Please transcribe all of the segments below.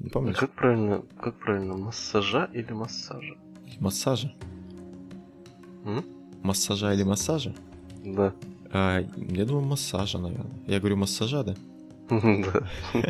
Не помнишь? Как правильно, массажа или массажа? Массажа? Массажа или массажа? Да. Я думаю, массажа, наверное. Я говорю массажа, да? Да.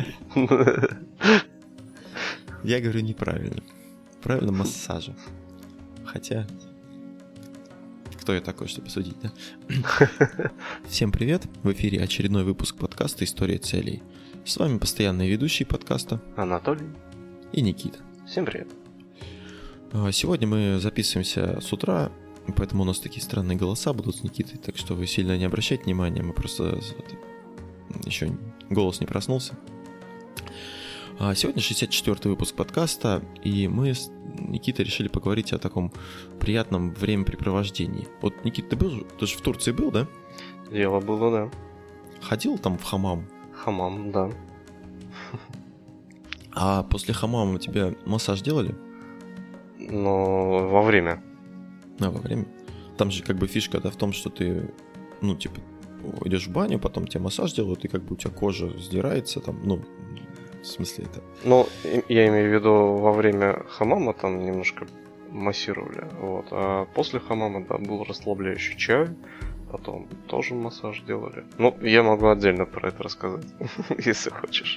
Я говорю неправильно. Правильно массажа. Хотя... Кто я такой, чтобы судить, да? Всем привет! В эфире очередной выпуск подкаста «История целей». С вами постоянные ведущие подкаста Анатолий и Никита. Всем привет! Сегодня мы записываемся с утра, поэтому у нас такие странные голоса будут с Никитой, так что вы сильно не обращайте внимания, мы просто еще голос не проснулся. Сегодня 64-й выпуск подкаста, и мы с Никитой решили поговорить о таком приятном времяпрепровождении. Вот, Никита, ты же в Турции был, да? Дело было, да. Ходил там в хамам? Хамам, да. А после хамама тебе массаж делали? Но во время. Во время? Там же как бы фишка, да, в том, что ты, идешь в баню, потом тебе массаж делают, и как бы у тебя кожа сдирается, там, в смысле это... Ну, я имею в виду, во время хамама там немножко массировали, вот. А после хамама, да, был расслабляющий чай, потом тоже массаж делали. Ну, я могу отдельно про это рассказать, если хочешь.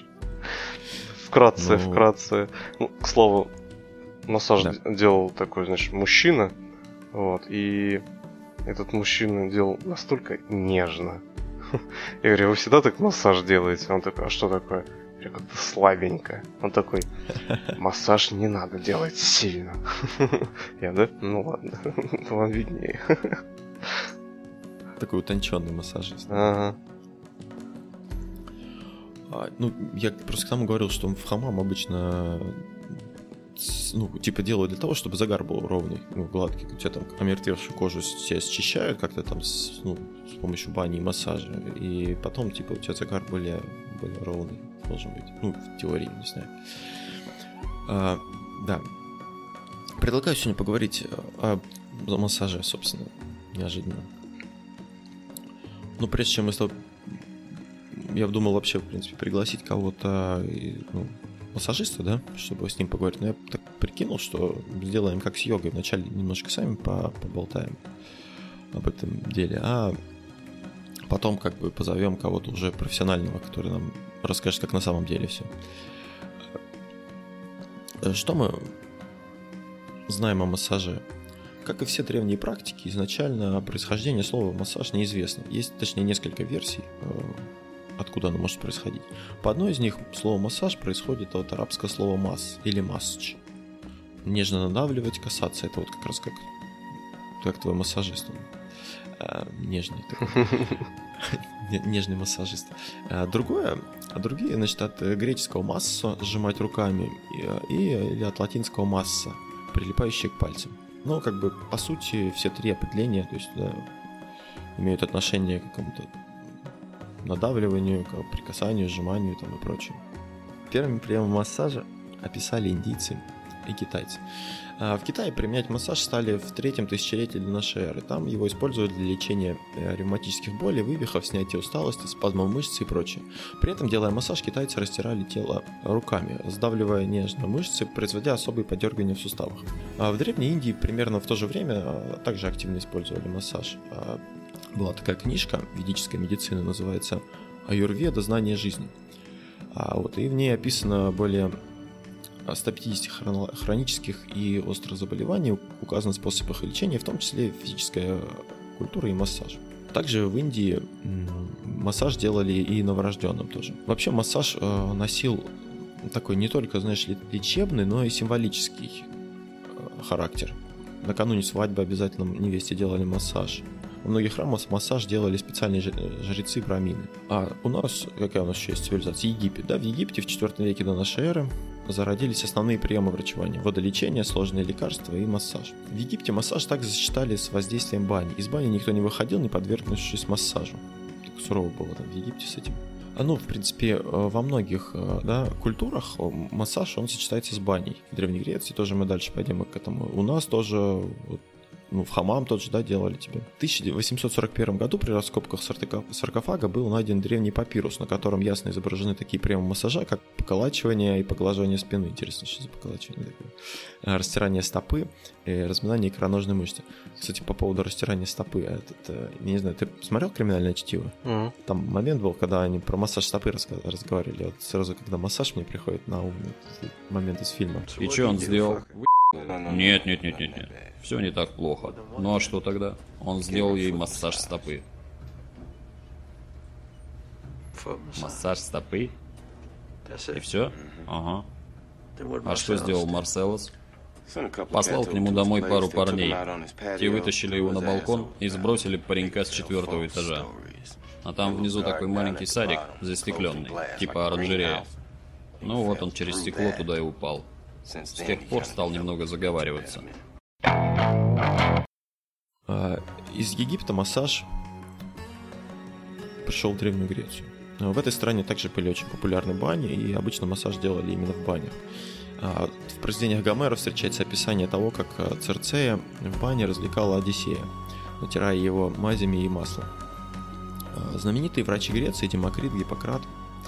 Вкратце. Ну, к слову, массаж делал такой, значит, мужчина, вот, и этот мужчина делал настолько нежно. Я говорю, вы всегда так массаж делаете? Он такой, а что такое? Я говорю, как-то слабенько. Он такой, массаж не надо делать сильно. Я, да? Ну ладно, вам виднее. Такой утонченный массажист. Ага. Я просто к тому говорил, что в хамам обычно делают для того, чтобы загар был ровный, гладкий. У тебя там омертвевшую кожу тебя счищают как-то там с помощью бани и массажа. И потом, у тебя загар более ровный должен быть. В теории, не знаю. Да. Предлагаю сегодня поговорить о массаже, собственно, неожиданно. Прежде чем мы с тобой... Я думал вообще, в принципе, пригласить кого-то, массажиста, да, чтобы с ним поговорить. Но я так прикинул, что сделаем как с йогой. Вначале немножко сами поболтаем об этом деле, а потом как бы позовем кого-то уже профессионального, который нам расскажет, как на самом деле все. Что мы знаем о массаже? Как и все древние практики, изначально происхождение слова «массаж» неизвестно. Есть, точнее, несколько версий, откуда оно может происходить. По одной из них слово «массаж» происходит от арабского слова «масс» или «масч». Нежно надавливать, касаться. Это вот как раз как твой массажист. Нежный такой. Нежный массажист. Другие, значит, от греческого «масса» сжимать руками или от латинского «масса», прилипающие к пальцам. Но, как бы, по сути, все три определения, то есть, да, имеют отношение к какому-то надавливанию, к прикасанию, сжиманию там и прочее. Первыми приемом массажа описали индийцы и китайцы. В Китае применять массаж стали в 3-м тысячелетии до нашей эры. Там его используют для лечения ревматических болей, вывихов, снятия усталости, спазмов мышц и прочее. При этом, делая массаж, китайцы растирали тело руками, сдавливая нежно мышцы, производя особые подергивания в суставах. А в Древней Индии примерно в то же время также активно использовали массаж. Была такая книжка ведической медицины, называется «Аюрведа. Знание жизни». И в ней описано более 150 хронических и острых заболеваний, указаны способы их лечения, в том числе физическая культура и массаж. Также в Индии массаж делали и новорожденным тоже. Вообще массаж носил такой не только, лечебный, но и символический характер. Накануне свадьбы обязательно невесте делали массаж. В многих храмах массаж делали специальные жрецы брамины. А у нас, какая у нас еще есть цивилизация? Египет. Да? В Египте в IV веке до нашей эры зародились основные приемы врачевания: водолечение, сложные лекарства и массаж. В Египте массаж также сочетали с воздействием бани. Из бани никто не выходил, не подвергнувшись массажу. Так сурово было там в Египте с этим. В принципе, во многих культурах массаж, он сочетается с баней. В Древней Греции тоже мы дальше пойдем к этому. У нас тоже в хамам тот же, да, делали тебе. В 1841 году при раскопках саркофага был найден древний папирус, на котором ясно изображены такие приемы массажа, как поколачивание и поглаживание спины. Интересно, что за поколачивание такое? Растирание стопы и разминание икроножной мышцы. Кстати, по поводу растирания стопы, я не знаю, ты смотрел «Криминальное чтиво»? Там момент был, когда они про массаж стопы разговаривали. Вот сразу, когда массаж мне приходит на ум, момент из фильма. И что он сделал? Нет. Все не так плохо. Ну а что тогда? Он сделал ей массаж стопы. Массаж стопы? И все? Ага. А что сделал Марселос? Послал к нему домой пару парней. Те вытащили его на балкон и сбросили паренька с 4-го этажа. А там внизу такой маленький садик, застекленный, типа оранжерея. Ну вот он через стекло туда и упал. С тех пор стал немного заговариваться. Из Египта массаж пришел в Древнюю Грецию. В этой стране также были очень популярны бани, и обычно массаж делали именно в банях. В произведениях Гомера встречается описание того, как Цирцея в бане развлекала Одиссея, натирая его мазями и маслом. Знаменитые врачи Греции Демокрит, Гиппократ,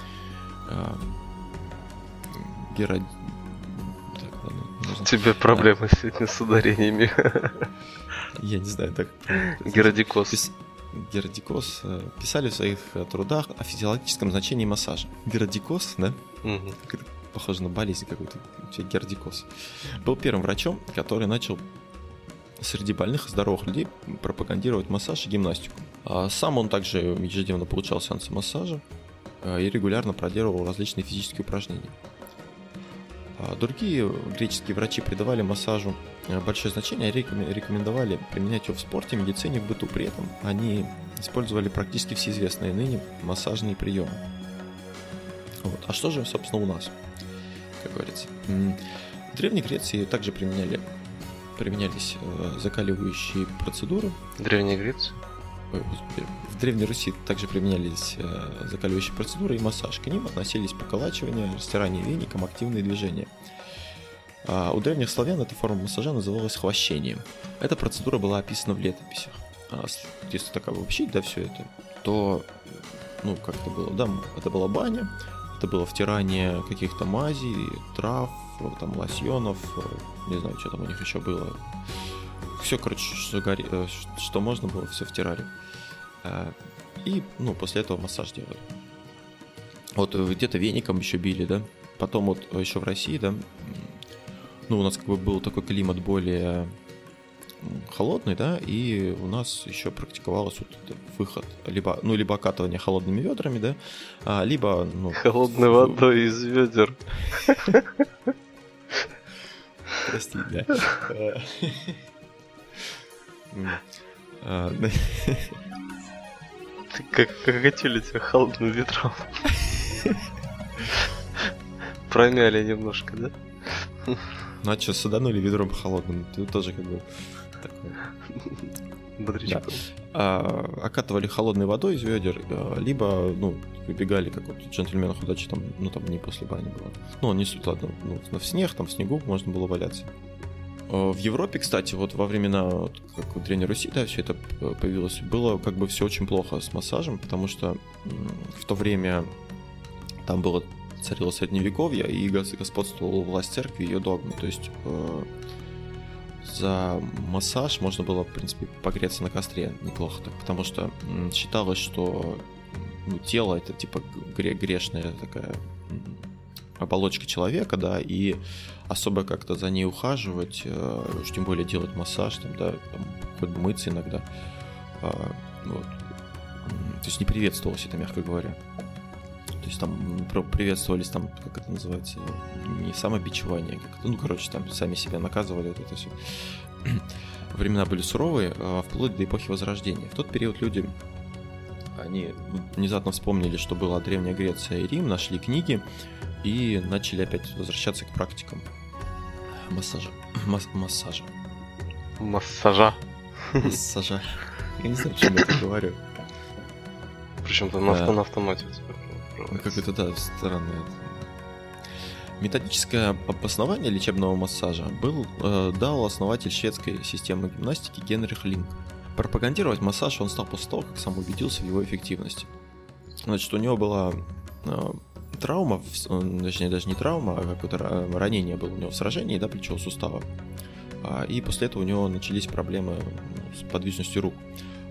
У тебя проблемы сегодня с ударениями. Я не знаю, так... Геродикос. Геродикос писали в своих трудах о физиологическом значении массажа. Геродикос, да? Угу. Похоже на болезнь какую-то. Геродикос. Был первым врачом, который начал среди больных и здоровых людей пропагандировать массаж и гимнастику. Сам он также ежедневно получал сеансы массажа и регулярно проделывал различные физические упражнения. Другие греческие врачи придавали массажу большое значение и рекомендовали применять его в спорте, медицине, в быту. При этом они использовали практически все известные ныне массажные приемы. Вот. А что же, собственно, у нас, как говорится? В Древней Греции также применялись закаливающие процедуры. Древняя Греция? В Древней Руси также применялись закаливающие процедуры и массаж. К ним относились поколачивание, растирание веником, активные движения. У древних славян эта форма массажа называлась хвощением. Эта процедура была описана в летописях. Если так обобщить, да, все это, то, как это было, да, это была баня, это было втирание каких-то мазей, трав, там, лосьонов, не знаю, что там у них еще было. Все, короче, что можно было, все втирали. И, после этого массаж делали. Вот где-то веником еще били, да. Потом вот еще в России, да, у нас как бы был такой климат более холодный, да, и у нас еще практиковалось вот выход, либо окатывание холодными ведрами, да, либо, холодной водой из ведер. Прости, да. Как окатили тебя холодным ветром. Промяли немножко, да? Ну а что, саданули ведром холодным, ты тоже как бы такой... Бодрячком. Да. Окатывали холодной водой из ведер, либо, выбегали, как вот в «Джентльменах удачи», там не после бани было. Не суть, ладно, в снег, там в снегу можно было валяться. В Европе, кстати, вот во времена, как в Древней Руси, да, все это появилось, было как бы все очень плохо с массажем, потому что в то время там царило средневековье, и господствовала власть церкви и ее догмы. То есть за массаж можно было, в принципе, погреться на костре неплохо так, потому что считалось, что тело это типа грешная такая оболочка человека, да, и особо как-то за ней ухаживать, уж тем более делать массаж, там, да, там, хоть бы мыться иногда, вот. То есть не приветствовалось это, мягко говоря. То есть там приветствовались, там, как это называется, не самобичевание, как это, там сами себя наказывали, вот это все. Времена были суровые, вплоть до эпохи Возрождения. В тот период люди, они внезапно вспомнили, что была Древняя Греция и Рим, нашли книги и начали опять возвращаться к практикам массажа. Массажа. Я не знаю, почему я это говорю. Причем-то на автомате. Как это, да, странно. Методическое обоснование лечебного массажа дал основатель шведской системы гимнастики Генрих Линк. Пропагандировать массаж он стал после того, как сам убедился в его эффективности. Значит, у него была травма, точнее даже не травма, а какое-то ранение было у него в сражении, да, плечевого сустава. И после этого у него начались проблемы с подвижностью рук.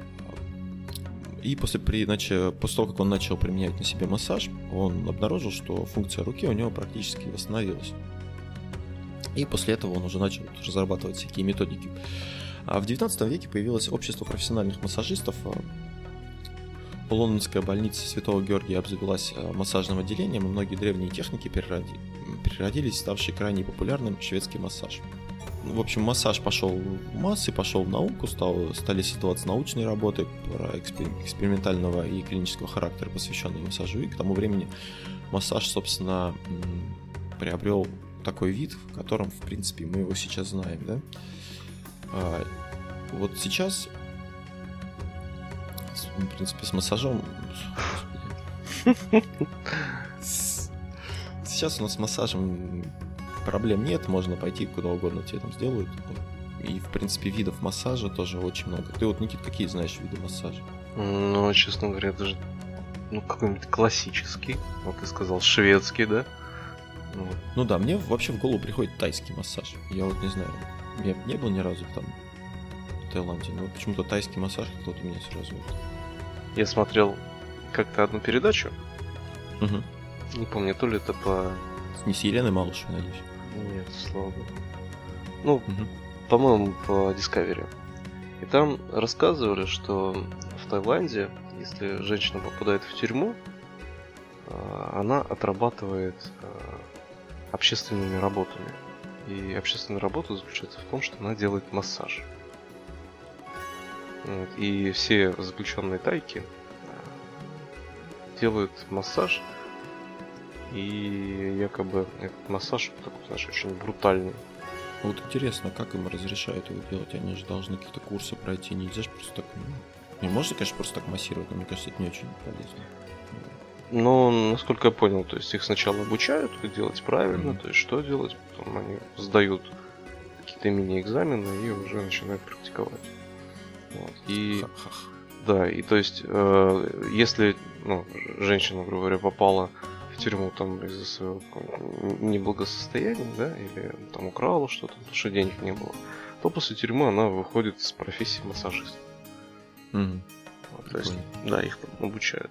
И после того, как он начал применять на себе массаж, он обнаружил, что функция руки у него практически восстановилась. И после этого он уже начал разрабатывать всякие методики. А в 19 веке появилось общество профессиональных массажистов. Лондонская больница Святого Георгия обзавелась массажным отделением, и многие древние техники переродились в ставший крайне популярным шведский массаж. В общем, массаж пошел в массы, пошел в науку, стали создаваться научные работы экспериментального и клинического характера, посвященные массажу, и к тому времени массаж, собственно, приобрел такой вид, в котором, в принципе, мы его сейчас знаем, да? Вот сейчас, в принципе, с массажом... Сейчас у нас с массажем проблем нет, можно пойти куда угодно, тебе там сделают. И, в принципе, видов массажа тоже очень много. Ты вот, Никит, какие знаешь виды массажа? Ну, честно говоря, даже какой-нибудь классический. Вот ты сказал, шведский, да? Ну да, мне вообще в голову приходит тайский массаж. Я вот не знаю, я не был ни разу там в Таиланде, но почему-то тайский массаж кто-то меня сразу... Я смотрел как-то одну передачу. Угу. Не помню, то ли это по... Не с Еленой Малышевой, надеюсь? Нет, слава богу. По-моему, по Discovery. И там рассказывали, что в Таиланде, если женщина попадает в тюрьму, она отрабатывает общественными работами. И общественная работа заключается в том, что она делает массаж. И все заключенные тайки делают массаж. И якобы этот массаж такой, знаешь, очень брутальный. Вот интересно, как им разрешают его делать? Они же должны какие-то курсы пройти, нельзя же просто так... Не можно, конечно, просто так массировать, но мне кажется, это не очень полезно. Но, насколько я понял, то есть их сначала обучают, как делать правильно, то есть что делать, потом они сдают какие-то мини-экзамены и уже начинают практиковать. Вот. И... Да, и то есть, если женщина, грубо говоря, попала в тюрьму там из-за своего неблагосостояния, да, или там украла что-то, потому что денег не было, то после тюрьмы она выходит с профессии массажиста. Вот, то есть, да, их там обучают.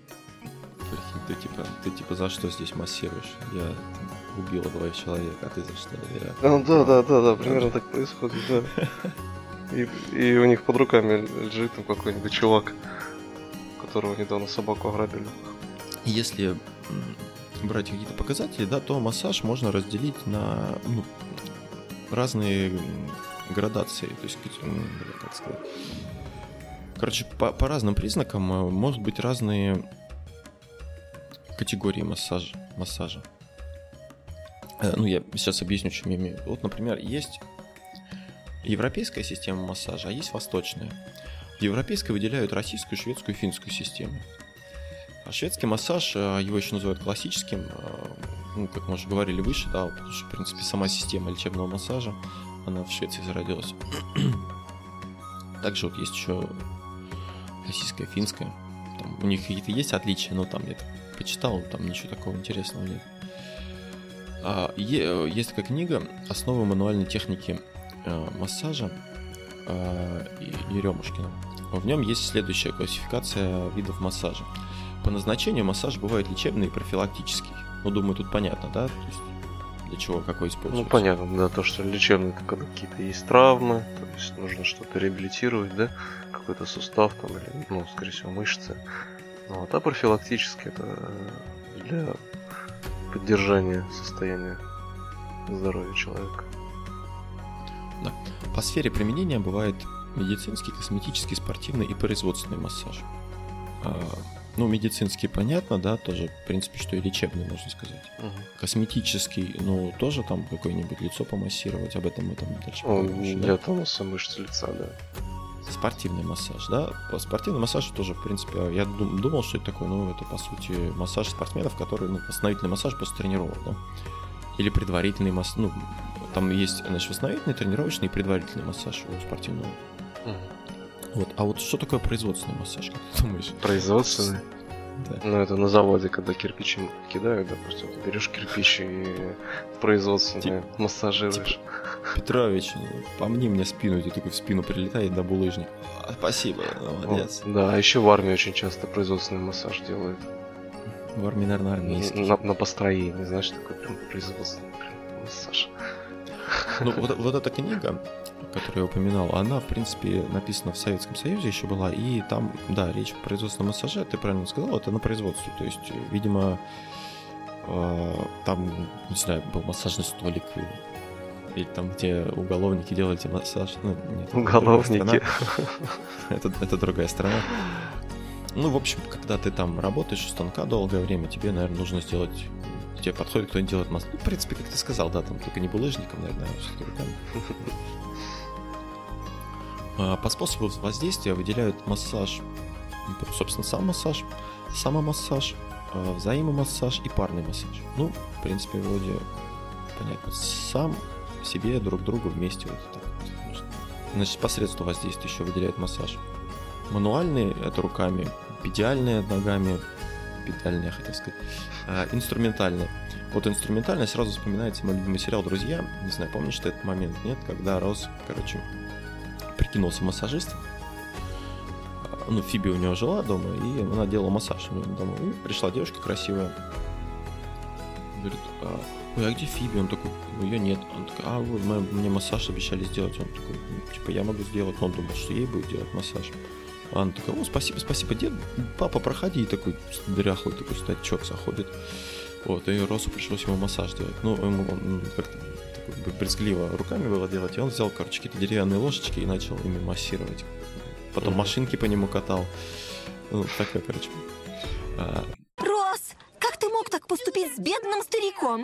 Ты типа за что здесь массируешь? Я убила 2 человека, а ты за что? Да, примерно так происходит, да. И у них под руками лежит там какой-нибудь чувак, которого недавно собаку ограбили. Если брать какие-то показатели, да, то массаж можно разделить на разные градации. То есть, как сказать. Короче, по разным признакам может быть разные категории массажа. Я сейчас объясню, чем я имею. Вот, например, есть европейская система массажа, а есть восточная. В европейской выделяют российскую, шведскую и финскую систему. А шведский массаж, его еще называют классическим, как мы уже говорили выше, да, потому что, в принципе, сама система лечебного массажа, она в Швеции зародилась. Также вот есть еще российская, финская. Там у них какие-то есть отличия, но там я почитал, там ничего такого интересного нет. Есть такая книга «Основы мануальной техники массажа» Еремушкина. В нем есть следующая классификация видов массажа. По назначению массаж бывает лечебный и профилактический. Думаю, тут понятно, да? То есть для чего какой используется? Понятно, да, то, что лечебный, это когда какие-то есть травмы, то есть нужно что-то реабилитировать, да, какой-то сустав там, или, скорее всего, мышцы. А профилактический это для поддержания состояния здоровья человека. Да. По сфере применения бывает медицинский, косметический, спортивный и производственный массаж. Медицинский, понятно, да, тоже, в принципе, что и лечебный, можно сказать. Косметический, тоже там какое-нибудь лицо помассировать, об этом мы там дальше поговорим. Для тонуса мышц лица, да. Спортивный массаж, да. Спортивный массаж тоже, в принципе, я думал, что это такое, это, по сути, массаж спортсменов, который, восстановительный массаж после тренировок, да. Или предварительный массаж. Ну, там есть, значит, восстановительный, тренировочный и предварительный массаж у спортивного. Вот. А вот что такое производственный массаж, как ты думаешь? Производственный? Да. Ну, это на заводе, когда кирпичи кидают, допустим, ты берешь кирпич и производственно массажируешь. Петрович, помни мне спину, и ты такой в спину прилетает до булыжника. Спасибо, молодец. Вот. Да, а еще в армии очень часто производственный массаж делают. В армии, наверное, армейский. На построении, знаешь, такой прям производственный прям массаж. Ну, вот эта книга, которую я упоминал, она, в принципе, написана в Советском Союзе еще была, и там, да, речь о производственном массаже, ты правильно сказал, это на производстве, то есть, видимо, там, не знаю, был массажный столик, или там, где уголовники делали массаж, ну, нет, уголовники. Это другая страна. Ну, в общем, когда ты там работаешь у станка долгое время, тебе, наверное, нужно сделать... Тебе подходит кто-нибудь делает массаж. Ну, в принципе, как ты сказал, да, там только не булыжником, наверное, а все-таки руками. По способу воздействия выделяют массаж, собственно, сам массаж, самомассаж, взаимомассаж и парный массаж. Ну, в принципе, вроде понятно. Сам себе, друг другу вместе вот так вот. Значит, посредством воздействия еще выделяют массаж. Мануальные — это руками, педиальные — ногами, педальные, я хотел сказать, инструментальные. Вот инструментальные сразу вспоминается мой любимый сериал «Друзья». Не знаю, помнишь ты этот момент, нет? Когда Росс, прикинулся массажистом. Ну, Фиби у него жила дома, и она делала массаж у него дома. И пришла девушка красивая. Говорит, ой, а где Фиби? Он такой, ее нет. Он такой, вот мне массаж обещали сделать. Он такой, типа, я могу сделать. Он думал, что ей будет делать массаж. А она такая, спасибо, дед, папа, проходи. И такой дряхлый, такой старичок заходит. Вот, и Россу пришлось ему массаж делать. Ну, он как-то такой брезгливо руками было делать. И он взял, какие-то деревянные ложечки и начал ими массировать. Потом машинки по нему катал. Ну, такое, Росс, как ты мог так поступить с бедным стариком?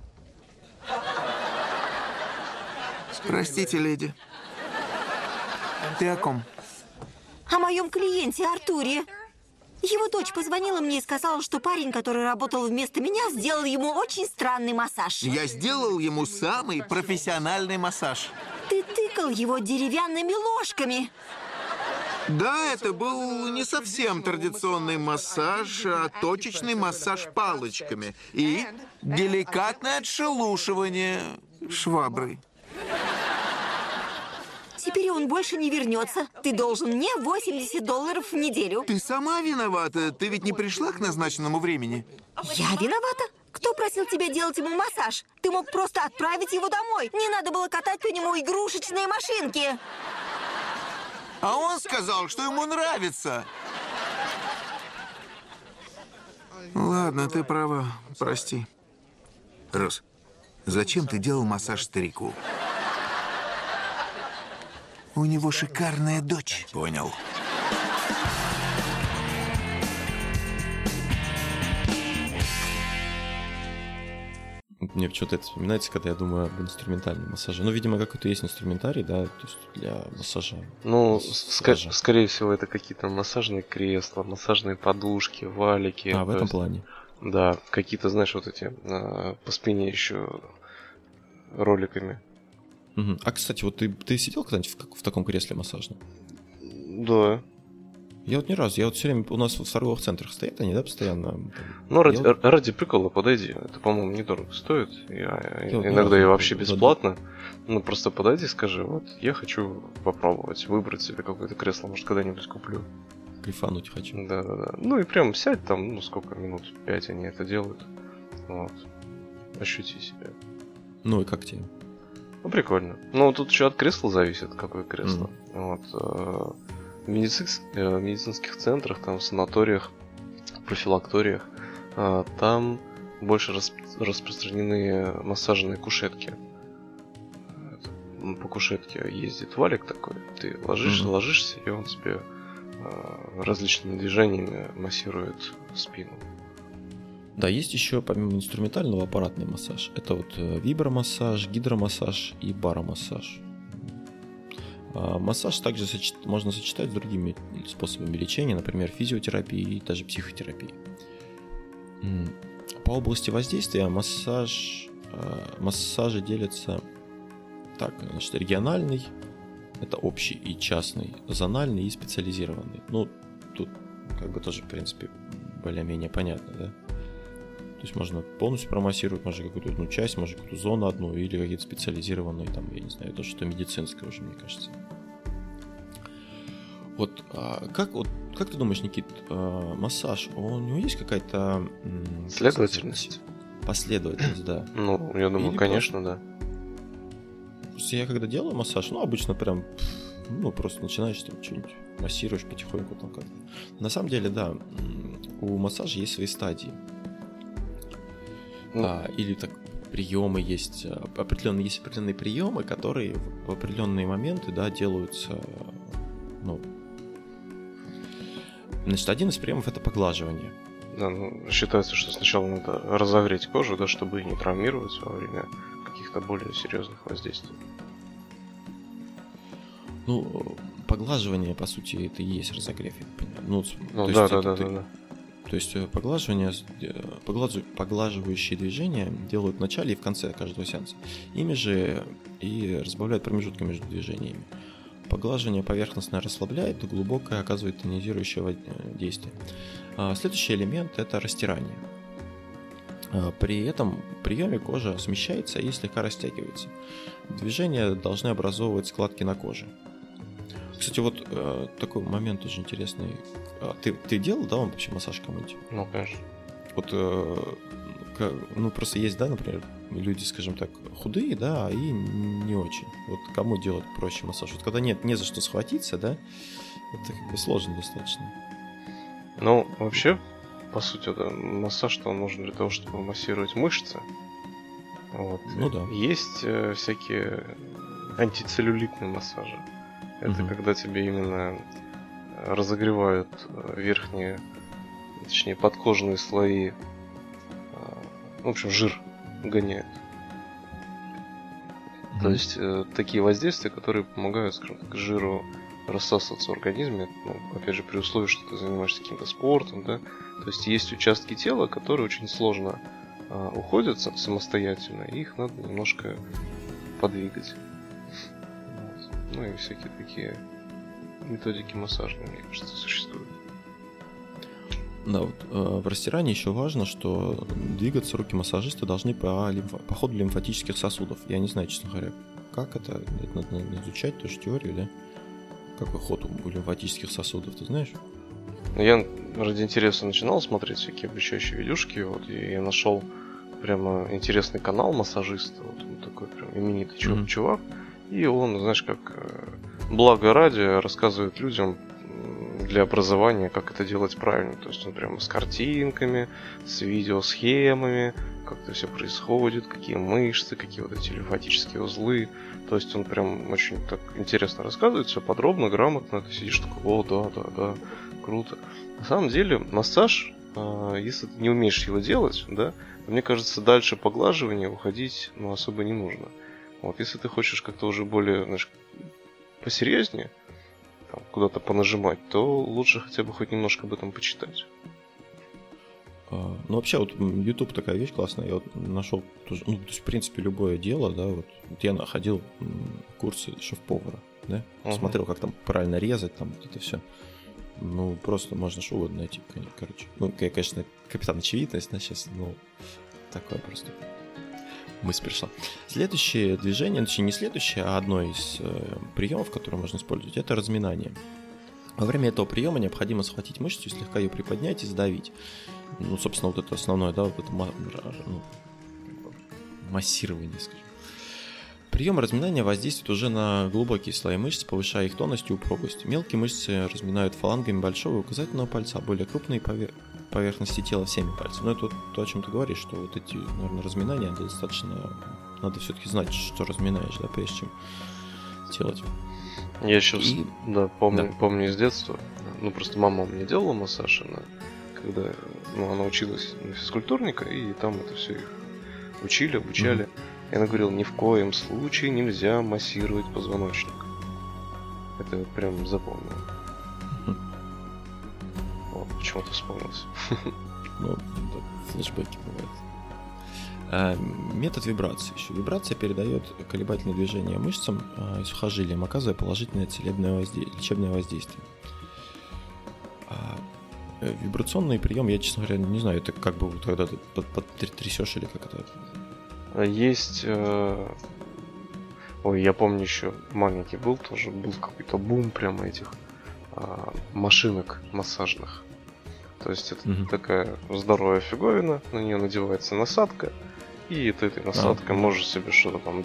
Простите, леди. Ты о ком? О моем клиенте Артуре. Его дочь позвонила мне и сказала, что парень, который работал вместо меня, сделал ему очень странный массаж. Я сделал ему самый профессиональный массаж. Ты тыкал его деревянными ложками. Да, это был не совсем традиционный массаж, а точечный массаж палочками. И деликатное отшелушивание шваброй. Теперь он больше не вернется. Ты должен мне $80 в неделю. Ты сама виновата. Ты ведь не пришла к назначенному времени. Я виновата? Кто просил тебя делать ему массаж? Ты мог просто отправить его домой. Не надо было катать по нему игрушечные машинки. А он сказал, что ему нравится. Ладно, ты права. Прости. Росс, зачем ты делал массаж старику? У него шикарная дочь. Понял. Мне что-то это вспоминается, когда я думаю об инструментальном массаже. Ну, видимо, какой-то есть инструментарий, да, то есть для массажа. Ну, скорее всего, это какие-то массажные кресла, массажные подушки, валики. В этом плане. Да, какие-то, знаешь, вот эти по спине еще роликами. Угу. А, кстати, вот ты сидел когда-нибудь в таком кресле массажном? Да. Я вот ни разу, я вот все время, у нас в торговых центрах стоят они, да, постоянно? Ну, ради прикола подойди, это, по-моему, недорого стоит, иногда и вообще бесплатно, ну, просто подойди, скажи, вот, я хочу попробовать, выбрать себе какое-то кресло, может, когда-нибудь куплю. Кайфануть хочу. Да-да-да, ну, и прям сядь там, ну, сколько, минут 5 они это делают, вот, ощути себя. Ну, и как тебе? Ну, прикольно. Ну, тут еще от кресла зависит, какое кресло, вот, в медицинских центрах, там, в санаториях, профилакториях, там больше распространены массажные кушетки. По кушетке ездит валик такой, ты ложишься, и он тебе различными движениями массирует спину. Да, есть еще помимо инструментального аппаратный массаж. Это вот вибромассаж, гидромассаж и баромассаж. Массаж также можно сочетать с другими способами лечения, например, физиотерапией и даже психотерапией. По области воздействия массаж массажи делятся так, значит, региональный, это общий и частный, зональный и специализированный. Ну, тут как бы тоже, в принципе, более-менее понятно, да? То есть можно полностью промассировать, можно какую-то одну часть, можно какую-то зону одну или какие-то специализированные, там, я не знаю, это что-то медицинское уже, мне кажется. Вот как ты думаешь, Никит, массаж, у него есть какая-то... Следовательность? Последовательность, да. Ну, я думаю, или конечно, просто... да. Просто я когда делаю массаж, ну, обычно прям, ну, просто начинаешь там что-нибудь массируешь потихоньку там как-то. На самом деле, да, у массажа есть свои стадии. Или так приемы есть определенные приемы, которые в определенные моменты, да, делаются, ну, значит, один из приемов это поглаживание. Да, ну, считается, что сначала надо разогреть кожу, да, чтобы не травмировать во время каких-то более серьезных воздействий. Ну, поглаживание, по сути, это и есть разогрев, я понимаю. Ну да. То есть поглаживающие движения делают в начале и в конце каждого сеанса. Ими же и разбавляют промежутки между движениями. Поглаживание поверхностно расслабляет, а глубокое оказывает тонизирующее действие. Следующий элемент – это растирание. При этом приеме кожа смещается и слегка растягивается. Движения должны образовывать складки на коже. Кстати, вот такой момент очень интересный. Ты делал, да, вообще массаж кому-нибудь? Ну, конечно. Вот, ну, просто есть, да, например, люди, скажем так, худые, да, и не очень. Вот кому делать проще массаж? Вот когда нет, не за что схватиться, да, это как бы сложно достаточно. Ну, вообще, по сути, да, массаж-то он нужен для того, чтобы массировать мышцы. Вот. Ну да. Есть всякие антицеллюлитные массажи. Это когда тебе именно разогревают верхние, точнее, подкожные слои, в общем, жир гоняют. То есть такие воздействия, которые помогают, скажем так, жиру рассасываться в организме, ну, опять же, при условии, что ты занимаешься каким-то спортом, да. То есть участки тела, которые очень сложно уходят самостоятельно, и их надо немножко подвигать. Вот. Ну и всякие такие методики массажные, мне кажется, существуют. Да, вот в растирании еще важно, что двигаться руки массажиста должны по ходу лимфатических сосудов. Я не знаю, честно говоря, как это надо изучать, тоже теорию, да? Какой ход у лимфатических сосудов, ты знаешь? Я ради интереса начинал смотреть всякие обучающие видюшки, вот, и я нашел прямо интересный канал массажиста, вот он такой прям именитый чувак, и он, знаешь, как благо ради рассказывает людям для образования, как это делать правильно. То есть он прямо с картинками, с видеосхемами, как это все происходит, какие мышцы, какие вот эти лимфатические узлы. То есть он прям очень так интересно рассказывает, все подробно, грамотно. Ты сидишь такой, о, да, круто. На самом деле массаж, если ты не умеешь его делать, да, то, мне кажется, дальше поглаживания уходить особо не нужно. Вот, если ты хочешь как-то уже более, знаешь, посерьезнее, там, куда-то понажимать, то лучше хотя бы хоть немножко об этом почитать. Ну, вообще, вот YouTube такая вещь классная. Я вот нашел тоже, ну, то есть, в принципе, любое дело, да, вот я находил курсы шеф-повара, да, смотрел, как там правильно резать, там вот это все. Ну, просто можно что угодно найти, короче. Ну, конечно, капитан очевидность, да, сейчас, ну, такое просто мысль пришла. Следующее движение, точнее, не следующее, а одно из приемов, которые можно использовать, это разминание. Во время этого приема необходимо схватить мышцу и слегка ее приподнять и сдавить. Ну, собственно, вот это основное, да, вот это массирование, скажем. Прием разминания воздействует уже на глубокие слои мышц, повышая их тонус и упругость. Мелкие мышцы разминают фалангами большого и указательного пальца, а более крупные поверхности тела всеми пальцами. Но это то, о чем ты говоришь, что вот эти, наверное, разминания достаточно... Надо все-таки знать, что разминаешь, да, прежде чем делать. Я сейчас, помню из детства. Ну, просто мама у меня делала массаж, когда она училась на физкультурника, и там это все их учили, обучали. И она говорила, ни в коем случае нельзя массировать позвоночник. Это я прям запомнил. Вот, почему-то вспомнился. Ну, да, флешбеки бывают. Метод вибрации еще. Вибрация передает колебательные движения мышцам и сухожилиям, оказывая положительное лечебное воздействие. Вибрационный прием, я, честно говоря, не знаю, это как бы когда ты потрясешь или как это. Есть... Ой, я помню еще маленький был какой-то бум прямо этих машинок массажных. То есть это такая здоровая фиговина, на нее надевается насадка, и ты этой насадкой можешь себе что-то там...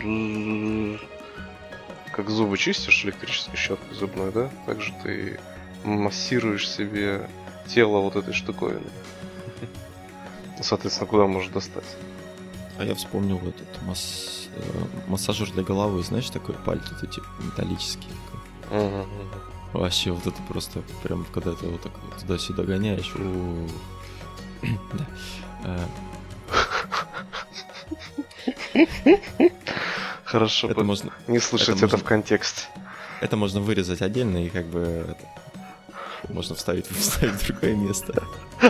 Как зубы чистишь электрической щеткой зубной, да? Также ты массируешь себе тело вот этой штуковины. Соответственно, куда можешь достать. А я вспомнил этот массажер для головы, знаешь, такой пальцы типа металлический. Вообще вот это просто прям когда ты вот так вот туда-сюда гоняешь. Хорошо, это можно не слышать это в контексте. Это можно вырезать отдельно и как бы можно вставить в другое место.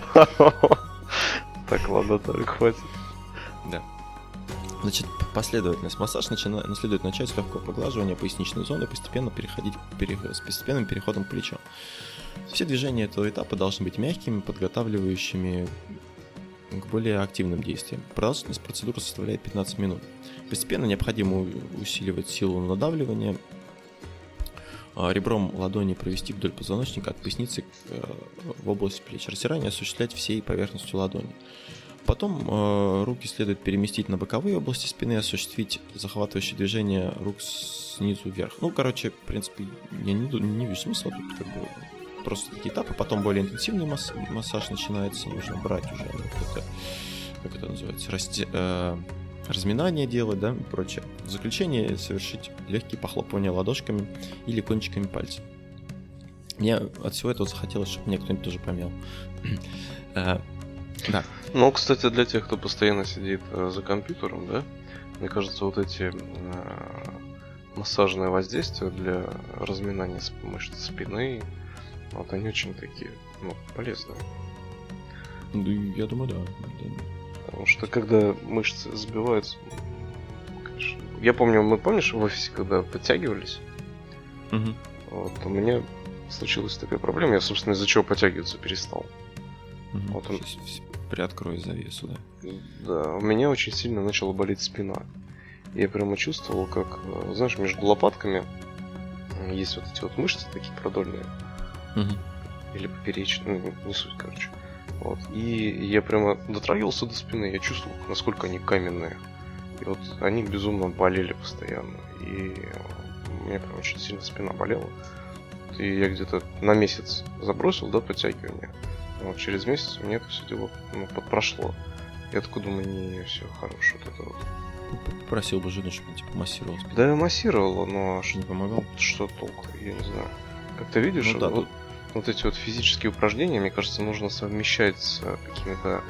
Так, ладно, так, хватит. Да. Значит, последовательность. Массаж следует начать с легкого поглаживания поясничной зоны, постепенно с постепенным переходом к плечам. Все движения этого этапа должны быть мягкими, подготавливающими к более активным действиям. Продолжительность процедуры составляет 15 минут. Постепенно необходимо усиливать силу надавливания, ребром ладони провести вдоль позвоночника от поясницы в область плеч. Растирание осуществлять всей поверхностью ладони. Потом руки следует переместить на боковые области спины и осуществить захватывающее движение рук снизу вверх. Ну, короче, в принципе, я не вижу смысла тут как бы просто такие этапы. Потом более интенсивный массаж начинается. Нужно брать уже, как это называется, разминание делать, да, и прочее. В заключение совершить легкие похлопывания ладошками или кончиками пальцев. Мне от всего этого захотелось, чтобы мне кто-нибудь тоже помял. Да. Ну, кстати, для тех, кто постоянно сидит за компьютером, да, мне кажется, вот эти массажные воздействия для разминания мышц спины, вот они очень такие, полезные. Я думаю, да. Потому что когда мышцы сбиваются, конечно... Я помню, помнишь, в офисе, когда подтягивались, вот, у меня случилась такая проблема, я, собственно, из-за чего подтягиваться перестал. Вот он... Приоткрой завесу, да? Да, у меня очень сильно начала болеть спина. Я прямо чувствовал, как, знаешь, между лопатками есть вот эти вот мышцы такие продольные. Или поперечные, не суть, короче. Вот. И я прямо дотрагивался до спины, я чувствовал, насколько они каменные. И вот они безумно болели постоянно. И у меня прям очень сильно спина болела. И я где-то на месяц забросил, да, подтягивание. Вот через месяц у меня это все дело подпрошло. Я такой думаю, не, все, хорошо, вот это вот. Попросил бы жену, чтобы типа массировал спину. Да, я массировала, но не помогал. Что толку, я не знаю. Как ты видишь, да, вот эти вот физические упражнения, мне кажется, нужно совмещать с какими-то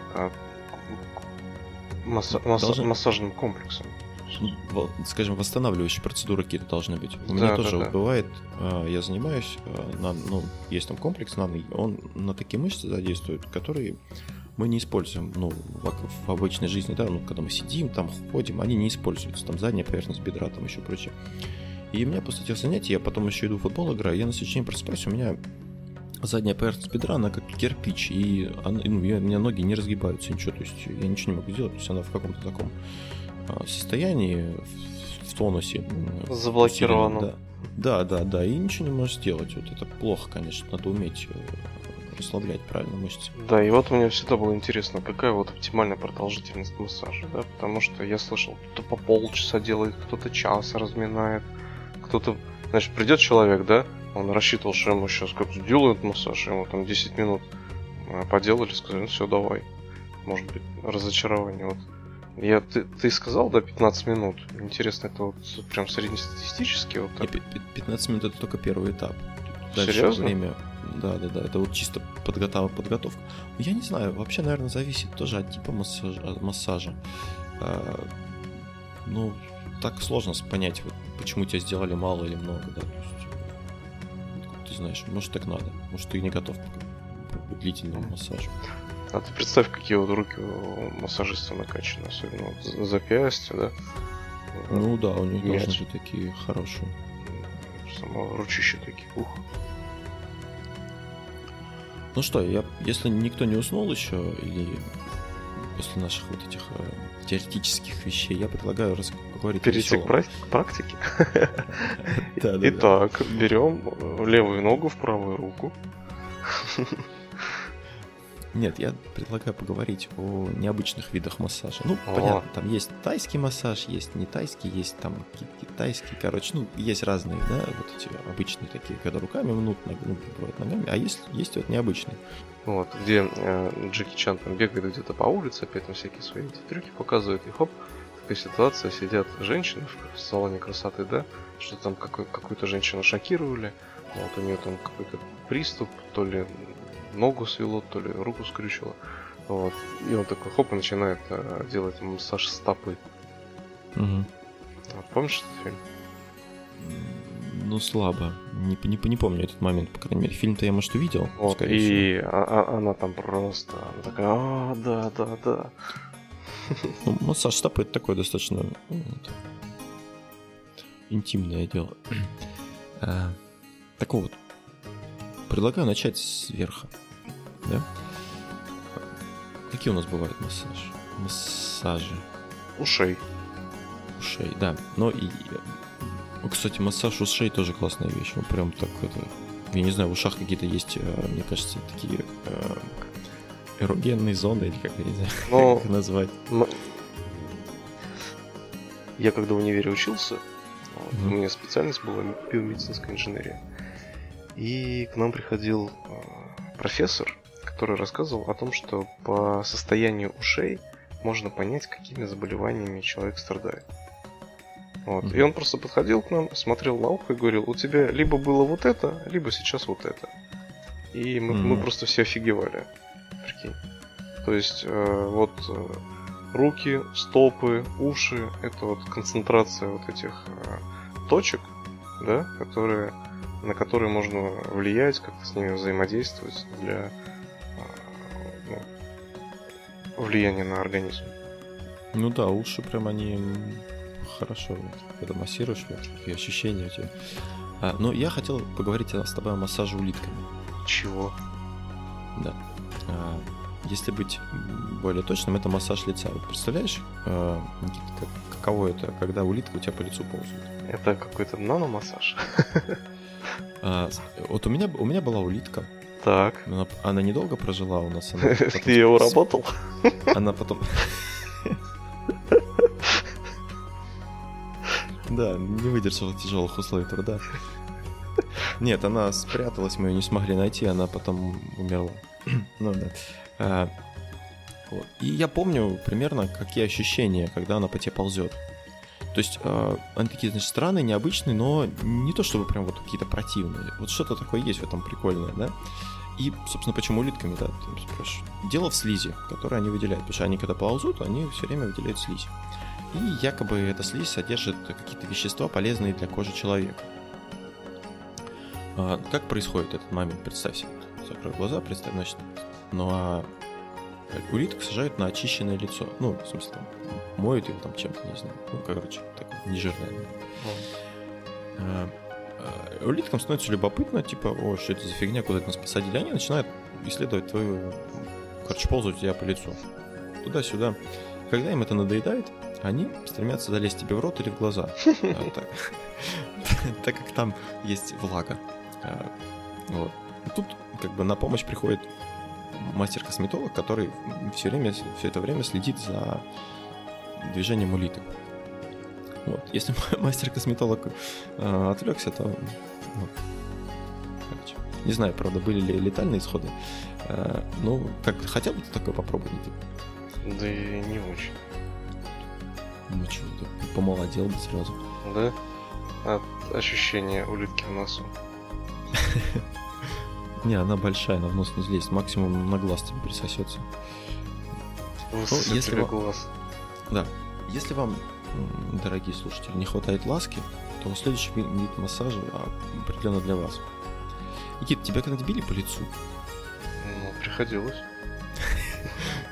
массажным комплексом. Скажем, восстанавливающие процедуры какие-то должны быть. У меня тоже бывает, я занимаюсь, есть там комплекс, он на такие мышцы задействует, которые мы не используем, в обычной жизни, да, когда мы сидим, там ходим, они не используются, там задняя поверхность бедра, там еще прочее. И у меня после этих занятий, я потом еще иду в футбол играю, я на следующий день просыпаюсь, у меня задняя поверхность бедра, она как кирпич, и у меня ноги не разгибаются, ничего, то есть я ничего не могу сделать, то есть она в каком-то таком состоянии, в тонусе. Заблокировано. Да, и ничего не можешь сделать. Вот это плохо, конечно, надо уметь расслаблять правильно мышцы. Да, и вот мне всегда было интересно, какая вот оптимальная продолжительность массажа, да, потому что я слышал, кто-то по полчаса делает, кто-то час разминает, кто-то, значит, придет человек, да, он рассчитывал, что ему сейчас как-то сделают массаж, ему там 10 минут поделали, сказали, все, давай. Может быть, разочарование, вот. Ты сказал, да, 15 минут. Интересно, это вот прям среднестатистически вот так? 15 минут это только первый этап. Дальше Серьезно? Время. Да, это вот чисто подготовка. Я не знаю, вообще, наверное, зависит тоже от типа массажа. Так сложно понять, вот, почему тебя сделали мало или много, да. То есть, ты знаешь, может так надо, может ты не готов к длительному массажу. А ты представь, какие вот руки у массажиста накачаны, особенно вот запястья, да? Ну да, у них Мяч. должны быть такие хорошие. Само ручище такие, ух. Ну что, если никто не уснул еще, или после наших вот этих теоретических вещей, я предлагаю поговорить Перейти о к веселом. практике. Да. Итак, берем левую ногу в правую руку. Нет, я предлагаю поговорить о необычных видах массажа. Ну, понятно, там есть тайский массаж, есть не тайский, есть там китайский, короче, ну, есть разные, да, вот эти обычные такие, когда руками мнут, бывает ногами, а есть вот необычные. Вот, где Джеки Чан там бегает где-то по улице, опять там всякие свои эти трюки показывает, и хоп, такая ситуация, сидят женщины в салоне красоты, да, что там какую-то женщину шокировали, вот у нее там какой-то приступ, то ли ногу свело, то ли руку скрючило. Вот. И он такой хоп и начинает делать массаж стопы. Угу. Помнишь этот фильм? Ну, слабо. Не помню этот момент, по крайней мере. Фильм-то я, может, увидел. Вот, и она там просто... Она такая, да. Ну, массаж стопы — это такое достаточно интимное дело. Так вот. Предлагаю начать сверху. Да? Какие у нас бывают массажи? Ушей, да. Но и... Кстати, массаж ушей тоже классная вещь. Он прям так это... Я не знаю, в ушах какие-то есть, мне кажется, такие эрогенные зоны, или как, я не знаю, как их назвать. Я когда в универе учился, у меня специальность была биомедицинская инженерия. И к нам приходил профессор, который рассказывал о том, что по состоянию ушей можно понять, какими заболеваниями человек страдает. Вот. И он просто подходил к нам, смотрел на ухо и говорил, у тебя либо было вот это, либо сейчас вот это. И мы просто все офигевали. Прикинь. То есть руки, стопы, уши — это вот концентрация вот этих точек, да, на которые можно влиять, как-то с ними взаимодействовать для влияния на организм. Ну да, уши прям они хорошо, когда массируешь, такие ощущения у тебя. Но я хотел поговорить с тобой о массаже улитками. Чего? Да. Если быть более точным, это массаж лица. Вот представляешь, Никита, каково это, когда улитка у тебя по лицу ползает? Это какой-то наномассаж? Вот у меня была улитка. Так. Она недолго прожила у нас. Ты ее уработал? Она потом... Да, не выдержала тяжелых условий труда. Нет, она спряталась, мы ее не смогли найти, она потом умерла. Ну да. Вот. И я помню примерно, какие ощущения, когда она по тебе ползет. То есть они такие, значит, странные, необычные, но не то чтобы прям вот какие-то противные. Вот что-то такое есть в этом прикольное, да? И, собственно, почему улитками, да, ты спрашиваешь. Дело в слизи, которую они выделяют. Потому что они, когда ползут, они все время выделяют слизь. И якобы эта слизь содержит какие-то вещества, полезные для кожи человека. Как происходит этот момент? Представь себе. Закрой глаза, представь, значит. Ну а улиток сажают на очищенное лицо. Ну, в смысле, там, моют его там чем-то, не знаю. Ну, короче, такое нежирное. Улиткам становится любопытно, типа, о, что это за фигня, куда это нас посадили. Они начинают исследовать твою... Короче, ползают у тебя по лицу. Туда-сюда. Когда им это надоедает, они стремятся залезть тебе в рот или в глаза. Так как там есть влага. Вот. Тут как бы на помощь приходит мастер-косметолог, который все это время следит за движением улиток. Вот. Если мастер-косметолог отвлекся, то... Ну, не знаю, правда, были ли летальные исходы. Ну, как хотел бы ты такое попробовать? Да и не очень. Ну что, ты помолодел бы сразу. Да? От ощущения улитки в носу. Не, она большая, она в нос не залезет. Максимум на глаз тебе присосется. Если глаз. Да. Если вам, дорогие слушатели, не хватает ласки, то следующий вид массажа определенно для вас. Никита, тебя когда-нибудь били по лицу? Ну, приходилось.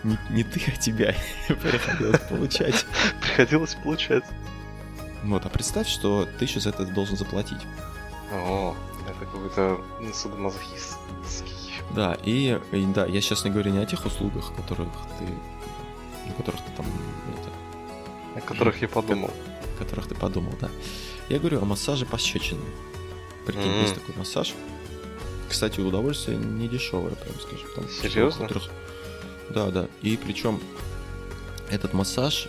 Не ты, а тебя приходилось получать. Приходилось получать. Вот, а представь, что ты еще за это должен заплатить. О, это какой-то садомазохистский. Да, и да, я сейчас не говорю не о тех услугах, о которых ты там... О которых я подумал. О которых ты подумал, да. Я говорю о массаже пощечинами. Прикинь, есть такой массаж. Кстати, удовольствие не дешевое, прям скажем. Там, серьезно? Да. И причем этот массаж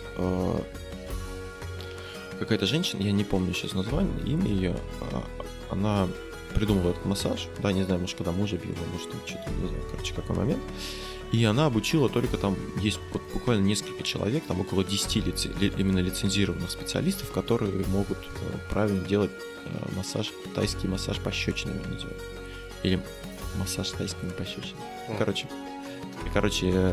какая-то женщина, я не помню сейчас название, имя ее, она придумала этот массаж. Да, не знаю, может, когда мужа била, может, что-то, не знаю, короче, какой момент. И она обучила только там, есть вот буквально несколько человек, там около 10 именно лицензированных специалистов, которые могут правильно делать массаж, тайский массаж пощечинами называют. Или массаж тайскими пощечинами. Короче,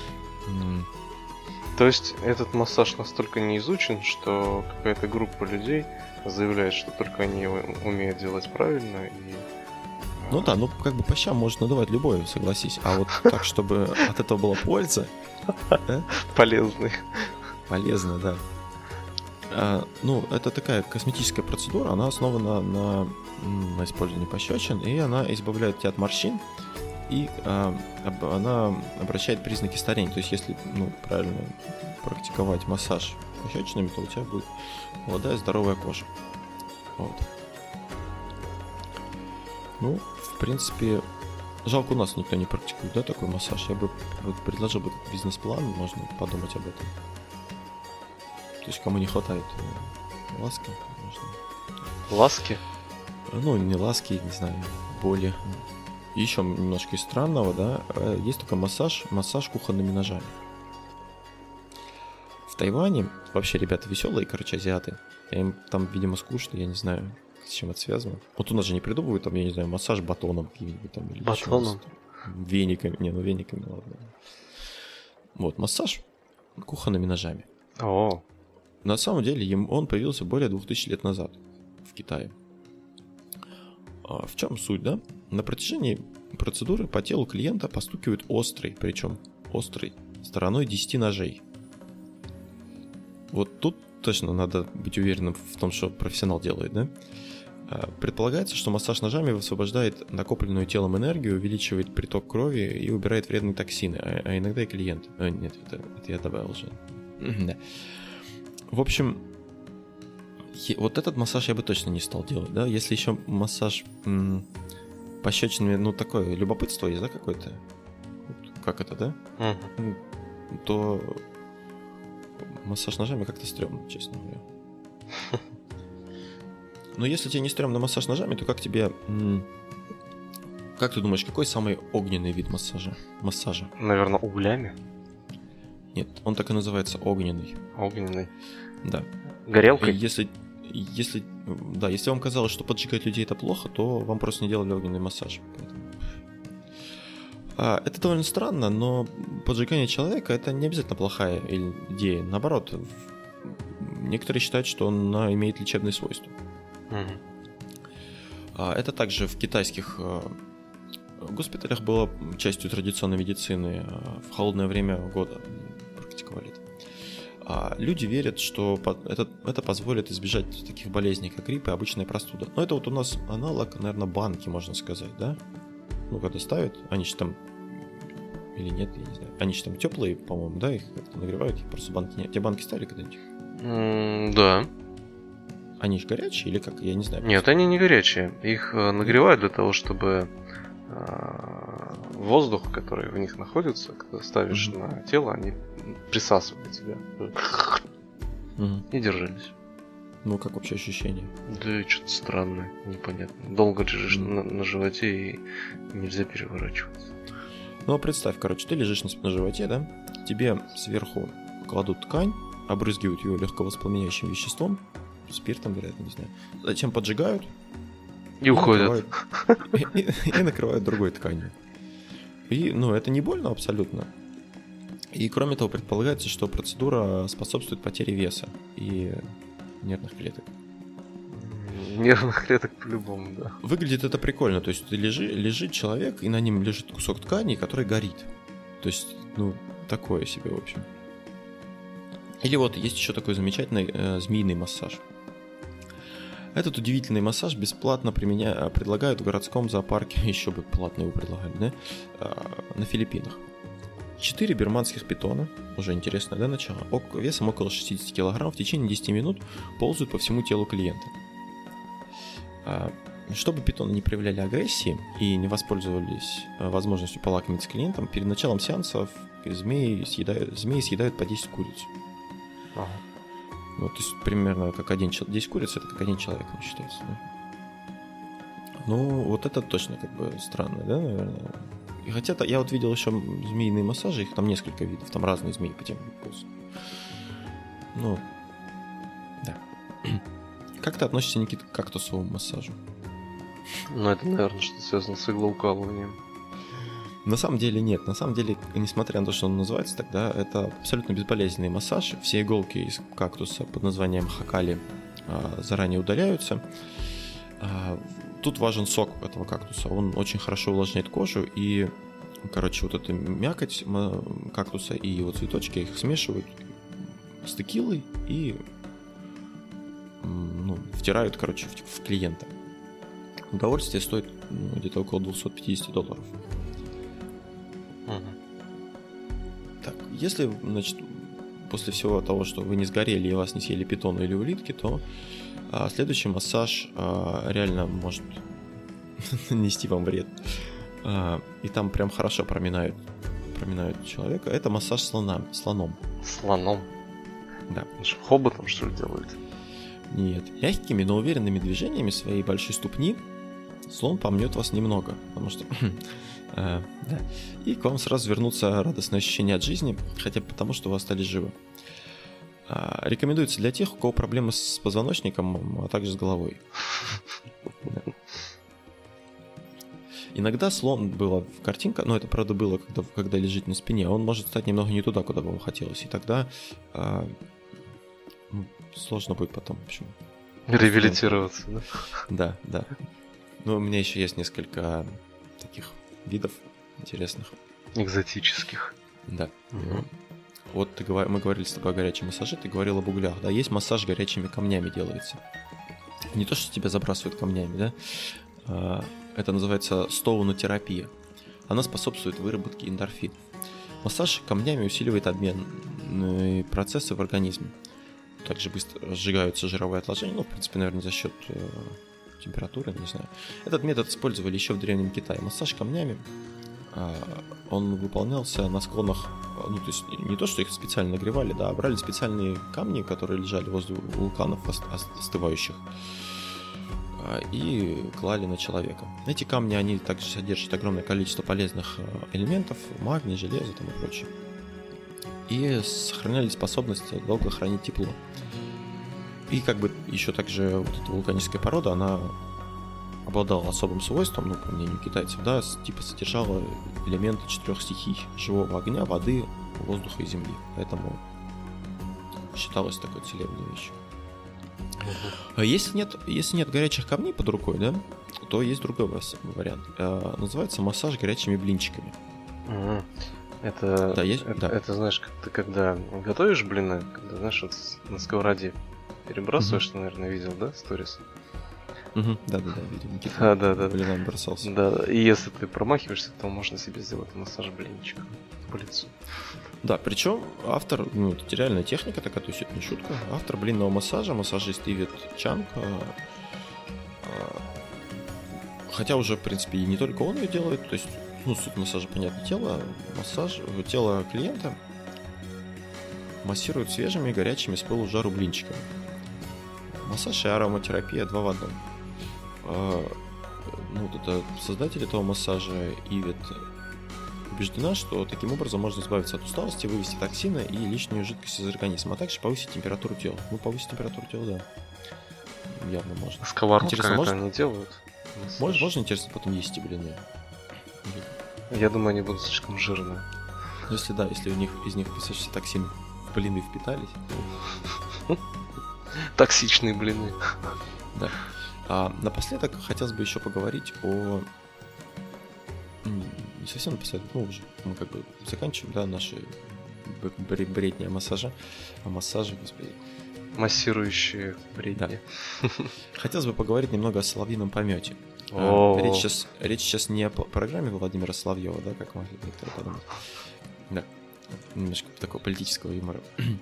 то есть этот массаж настолько не изучен, что какая-то группа людей заявляет, что только они его умеют делать правильно и... Ну да, как бы по щам может надавать любой, согласись. А вот так, чтобы от этого была польза... Полезный. Полезно, да. Это такая косметическая процедура, она основана на использовании пощечин, и она избавляет тебя от морщин, и она обращает признаки старения. То есть, если правильно практиковать массаж пощечинами, то у тебя будет молодая здоровая кожа. Вот. В принципе, жалко, у нас никто не практикует, да, такой массаж. Я бы предложил бы бизнес-план, можно подумать об этом. То есть, кому не хватает ласки, можно... Ласки? Не ласки, не знаю, боли. И еще немножко из странного, да, есть такой массаж кухонными ножами. В Тайване вообще ребята веселые, азиаты. Им там, видимо, скучно, я не знаю, с чем это связано. Вот у нас же не придумывают, там, я не знаю, массаж батоном каким-нибудь там. Или батоном? Вениками, вениками, ладно. Вот, массаж кухонными ножами. О. На самом деле, он появился более 2000 лет назад в Китае. В чем суть, да? На протяжении процедуры по телу клиента постукивают острой стороной 10 ножей. Вот тут точно надо быть уверенным в том, что профессионал делает, да? Предполагается, что массаж ножами высвобождает накопленную телом энергию, увеличивает приток крови и убирает вредные токсины, а иногда и клиент. Нет, это я добавил уже. Да. В общем, вот этот массаж я бы точно не стал делать, да? Если еще массаж пощечинами, такое любопытство есть, да, какое-то? Как это, да? То массаж ножами как-то стрёмно, честно говоря. Но если тебе не стрёмно массаж ножами, то как тебе... Как ты думаешь, какой самый огненный вид массажа? Наверное, углями? Нет, он так и называется огненный. Огненный? Да. Горелкой? Если вам казалось, что поджигать людей это плохо, то вам просто не делали огненный массаж. Это довольно странно, но поджигание человека это не обязательно плохая идея. Наоборот, некоторые считают, что она имеет лечебные свойства. Это также в китайских госпиталях было частью традиционной медицины. В холодное время года практиковали это. Люди верят, что это позволит избежать таких болезней, как грипп и обычная простуда. Но это вот у нас аналог, наверное, банки, можно сказать, да? Когда ставят, они же там... Или нет, я не знаю. Они же там теплые, по-моему, да? Их как-то нагревают, просто банки нет. Те банки ставили когда-нибудь? Да. Они же горячие или как? Я не знаю. Нет, они не горячие. Их нагревают для того, чтобы воздух, который в них находится, когда ставишь на тело, они присасывали тебя. И держались. Как вообще ощущение? Да, что-то странное, непонятно. Долго лежишь на животе и нельзя переворачиваться. Представь, ты лежишь на животе, да? Тебе сверху кладут ткань, обрызгивают ее легковоспламеняющим веществом, спиртом, вероятно, не знаю. Затем поджигают. И уходят. И накрывают другой тканью. И, это не больно абсолютно. И, кроме того, предполагается, что процедура способствует потере веса и нервных клеток. Нервных клеток по-любому, да. Выглядит это прикольно. То есть лежит человек, и на нем лежит кусок ткани, который горит. То есть, такое себе, в общем. Или вот есть еще такой замечательный змеиный массаж. Этот удивительный массаж бесплатно предлагают в городском зоопарке, еще бы платно его предлагали, да? На Филиппинах. 4 бирманских питона, уже интересное, да, начало, весом около 60 кг в течение 10 минут ползают по всему телу клиента. Чтобы питоны не проявляли агрессии и не воспользовались возможностью полакомиться клиентом, перед началом сеансов змеи съедают по 10 куриц. Ага. Ну, то есть примерно как 10 куриц, это как один человек считается. Да? Ну, вот это точно как бы странно, да, наверное. И хотя я вот видел еще змеиные массажи, их там несколько видов, там разные змеи по тем ползают. Ну, да. Как ты относишься, Никита, к кактусовому массажу? Ну, это, наверное, что-то связано с иглоукалыванием. На самом деле нет. На самом деле, несмотря на то, что он называется тогда, это абсолютно безболезненный массаж. Все иголки из кактуса под названием хакали заранее удаляются. Тут важен сок этого кактуса. Он очень хорошо увлажняет кожу. И, короче, вот эта мякоть кактуса и его цветочки, их смешивают с текилой и втирают, короче, в клиента. Удовольствие стоит где-то около $250. Так, если, значит, после всего того, что вы не сгорели и вас не съели питоны или улитки, то следующий массаж реально может нанести вам вред. И там прям хорошо проминают человека. Это массаж слоном. Слоном? Да. Хоботом, что ли, делают? Нет. Мягкими, но уверенными движениями своей большой ступни слон помнет вас немного, потому что... да. И к вам сразу вернутся радостные ощущения от жизни, хотя бы потому, что вы остались живы. Рекомендуется для тех, у кого проблемы с позвоночником, а также с головой. Иногда слон было в картинках, но это, правда, было, когда лежит на спине, он может стать немного не туда, куда бы вам хотелось, и тогда сложно будет потом. Почему? Реабилитироваться, да? Да. Но у меня еще есть несколько таких видов интересных. Экзотических. Да. Угу. Вот мы говорили с тобой о горячем массаже, ты говорил об углях. Да, есть массаж горячими камнями делается. Не то, что тебя забрасывают камнями, да? Это называется стоунотерапия. Она способствует выработке эндорфинов. Массаж камнями усиливает обменные процессы в организме. Также быстро сжигаются жировые отложения, в принципе, наверное, за счет температуры, не знаю. Этот метод использовали еще в Древнем Китае. Массаж камнями, он выполнялся на склонах, то есть не то, что их специально нагревали, да, а брали специальные камни, которые лежали возле вулканов остывающих, и клали на человека. Эти камни, они также содержат огромное количество полезных элементов, магний, железа и прочее. И сохраняли способность долго хранить тепло. И как бы еще также вот эта вулканическая порода, она обладала особым свойством, по мнению китайцев, да, типа содержала элементы 4 стихий: живого огня, воды, воздуха и земли. Поэтому считалось такой целебной вещью. Если нет горячих камней под рукой, да, то есть другой вариант. Называется массаж горячими блинчиками. Это, это знаешь, как ты когда готовишь блины, когда, знаешь, вот на сковороде перебрасываешь, ты, наверное, видел, да, сторис? Да, видел. Никита блинами бросался. Да, и если ты промахиваешься, то можно себе сделать массаж блинчика по лицу. Да, причем автор, это реальная техника такая, то есть это не шутка. Автор блинного массажа, массажист Ивет Чанг, хотя уже, в принципе, и не только он ее делает, то есть, суть массажа, понятное тело клиента массируют свежими, горячими с пылу жару блинчиками. Массаж и ароматерапия 2 в 1. Это создатель этого массажа Ивет убеждена, что таким образом можно избавиться от усталости, вывести токсины и лишнюю жидкость из организма, а также повысить температуру тела. Повысить температуру тела, да. Явно можно. Сковородка это они делают? Можно, интересно, потом есть эти блины? Я думаю, они будут слишком жирные. Если из них все токсины в блины впитались. Токсичные блины. Да. А напоследок хотелось бы еще поговорить о... Не совсем напоследок, уже мы как бы заканчиваем, да, наши бредни о массаже, господи. Массирующие бредни. Да. Хотелось бы поговорить немного о соловьином помете. Речь сейчас не о программе Владимира Соловьева, да, как могли некоторые подумать. Да, немножко такого политического юмора.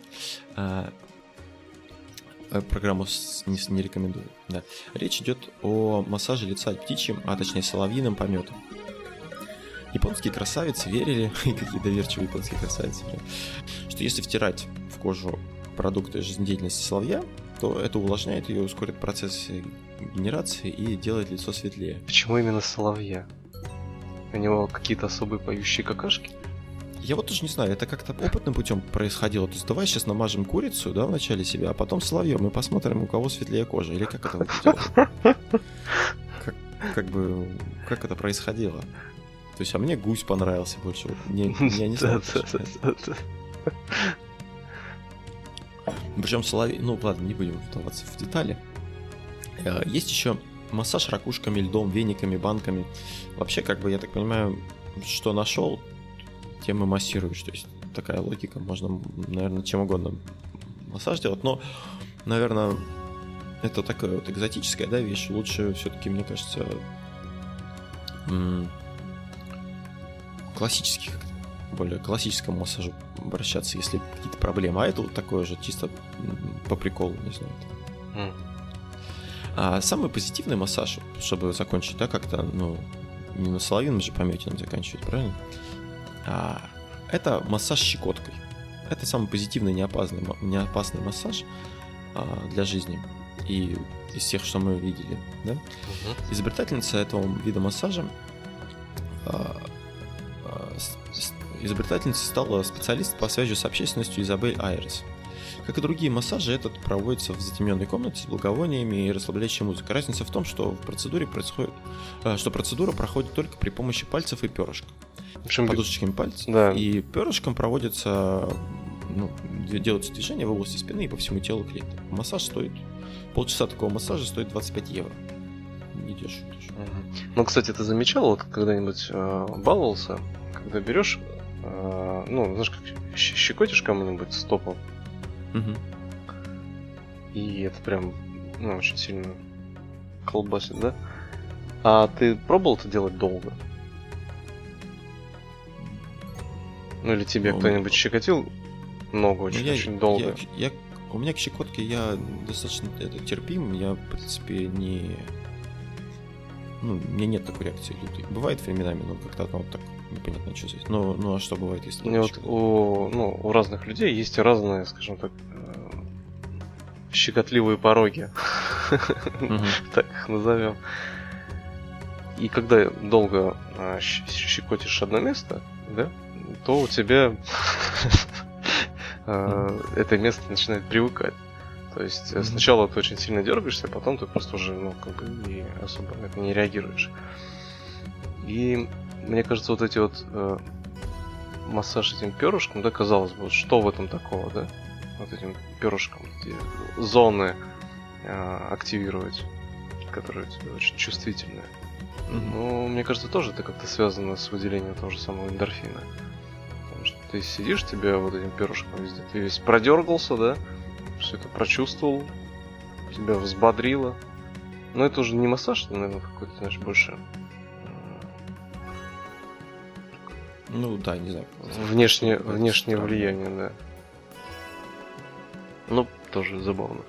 Программу не рекомендую. Да. Речь идет о массаже лица птичьим, а точнее соловьиным пометом. Японские красавицы верили, какие доверчивые японские красавицы верили, что если втирать в кожу продукты жизнедеятельности соловья, то это увлажняет ее, ускорит процесс генерации и делает лицо светлее. Почему именно соловья? У него какие-то особые поющие какашки? Я вот тоже не знаю, это как-то опытным путем происходило. То есть давай сейчас намажем курицу, да, в начале себя, а потом соловьем и посмотрим, у кого светлее кожа. Или как это выглядело? Как это происходило? То есть, а мне гусь понравился больше. Я не знаю. Причем соловей... Ну, ладно, не будем вдаваться в детали. Есть еще массаж ракушками, льдом, вениками, банками. Вообще, как бы, я так понимаю, что нашел, тем и массируешь. То есть, такая логика. Можно, наверное, чем угодно массаж делать. Но, наверное, это такая вот экзотическая, да, вещь. Лучше все-таки, мне кажется, более классическому массажу обращаться, если какие-то проблемы. А это вот такое же, чисто по приколу, не знаю. А самый позитивный массаж, чтобы закончить, да, как-то, ну, не на соловьином же помете нам заканчивать, правильно? Это массаж щекоткой. Это самый позитивный, неопасный массаж для жизни. И из всех, что мы видели, да? Изобретательница этого вида массажа изобретательницей стала специалист по связи с общественностью Изабель Айрес. Как и другие массажи, этот проводится в затемненной комнате с благовониями и расслабляющей музыкой. Разница в том, что процедура проходит только при помощи пальцев и перышка. Подушечками пальцев. Да. И перышком проводится, делаются движения в области спины и по всему телу клиента. Массаж стоит, полчаса такого массажа стоит 25 евро. Не дешево. Ну, кстати, ты замечал, вот когда-нибудь баловался, когда берешь, знаешь, как щекотишь кому-нибудь стопом, и это прям, очень сильно колбасит, да? А ты пробовал это делать долго? Ну, или тебе кто-нибудь щекотил ногу очень долго? У меня к щекотке я достаточно терпим, я, в принципе, не... у меня нет такой реакции лютой. Бывает временами, но как-то вот так непонятно, что здесь. Ну, а что бывает, если... У разных людей есть разные, скажем так, щекотливые пороги. Так их назовем. И когда долго щекотишь одно место, да, то у тебя это место начинает привыкать. То есть сначала ты очень сильно дергаешься, а потом ты просто уже, не особо на это не реагируешь. И мне кажется, вот эти вот массаж этим перышком, да, казалось бы, что в этом такого, да? Вот этим перышком эти зоны активировать, которые у тебя очень чувствительные. Но мне кажется, тоже это как-то связано с выделением того же самого эндорфина. Потому что ты сидишь, тебя вот этим перышком везде, ты весь продергался, да? Все это прочувствовал, тебя взбодрило. Но это уже не массаж, это, наверное, какой-то, знаешь, больше... да, не знаю. Внешнее влияние, да. Тоже забавно.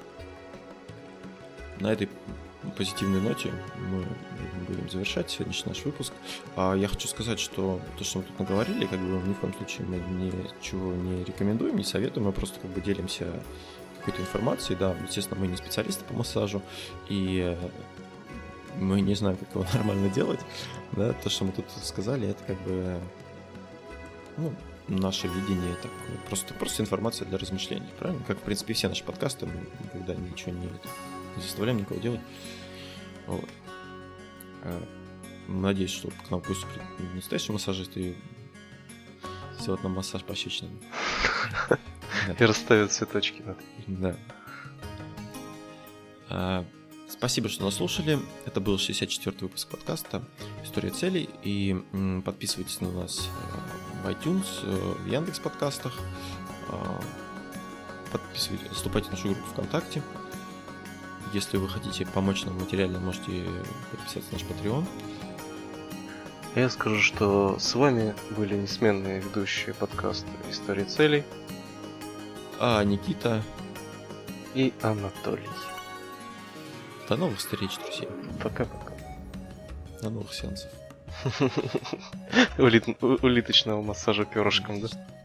На этой позитивной ноте мы будем завершать сегодняшний наш выпуск. Я хочу сказать, что то, что мы тут наговорили, ни в коем случае мы ничего не рекомендуем, не советуем, мы просто делимся какой-то информацией, да, естественно, мы не специалисты по массажу, и мы не знаем, как его нормально делать, да, то, что мы тут сказали, это наше видение, просто информация для размышлений, правильно? Как, в принципе, все наши подкасты, мы никогда ничего не заставляем никого делать. Вот. Надеюсь, что к нам пусть настоящий массажист и сделает нам массаж пощечинами. И расставят цветочки. Да. Спасибо, что нас слушали. Это был 64-й выпуск подкаста «История целей». И подписывайтесь на нас в iTunes, в Яндекс.Подкастах. Подписывайтесь, вступайте в нашу группу ВКонтакте. Если вы хотите помочь нам материально, можете подписаться на наш Patreon. Я скажу, что с вами были несменные ведущие подкаста «Истории целей». Никита и Анатолий. До новых встреч, друзья. Пока-пока. До новых сеансов. Улиточного массажа перышком, да?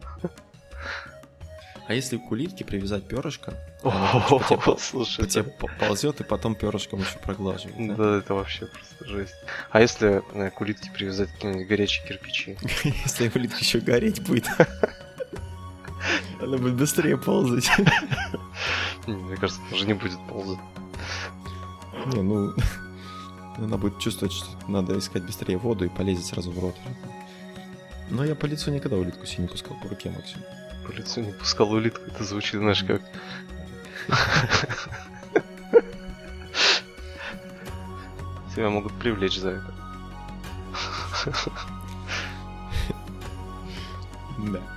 А если к улитке привязать перышко, слушай, по тебе ползет и потом перышком еще проглаживает. Да, это вообще просто жесть. А если к улитке привязать какие-нибудь горячие кирпичи? Если улитка еще гореть будет, она будет быстрее ползать. Мне кажется, она уже не будет ползать. Не, ну... Она будет чувствовать, что надо искать быстрее воду и полезет сразу в рот. Но я по лицу никогда улитку себе не пускал, по руке максимум. По лицу не пускал улитку, это звучит, знаешь, как... Тебя могут привлечь за это. Да.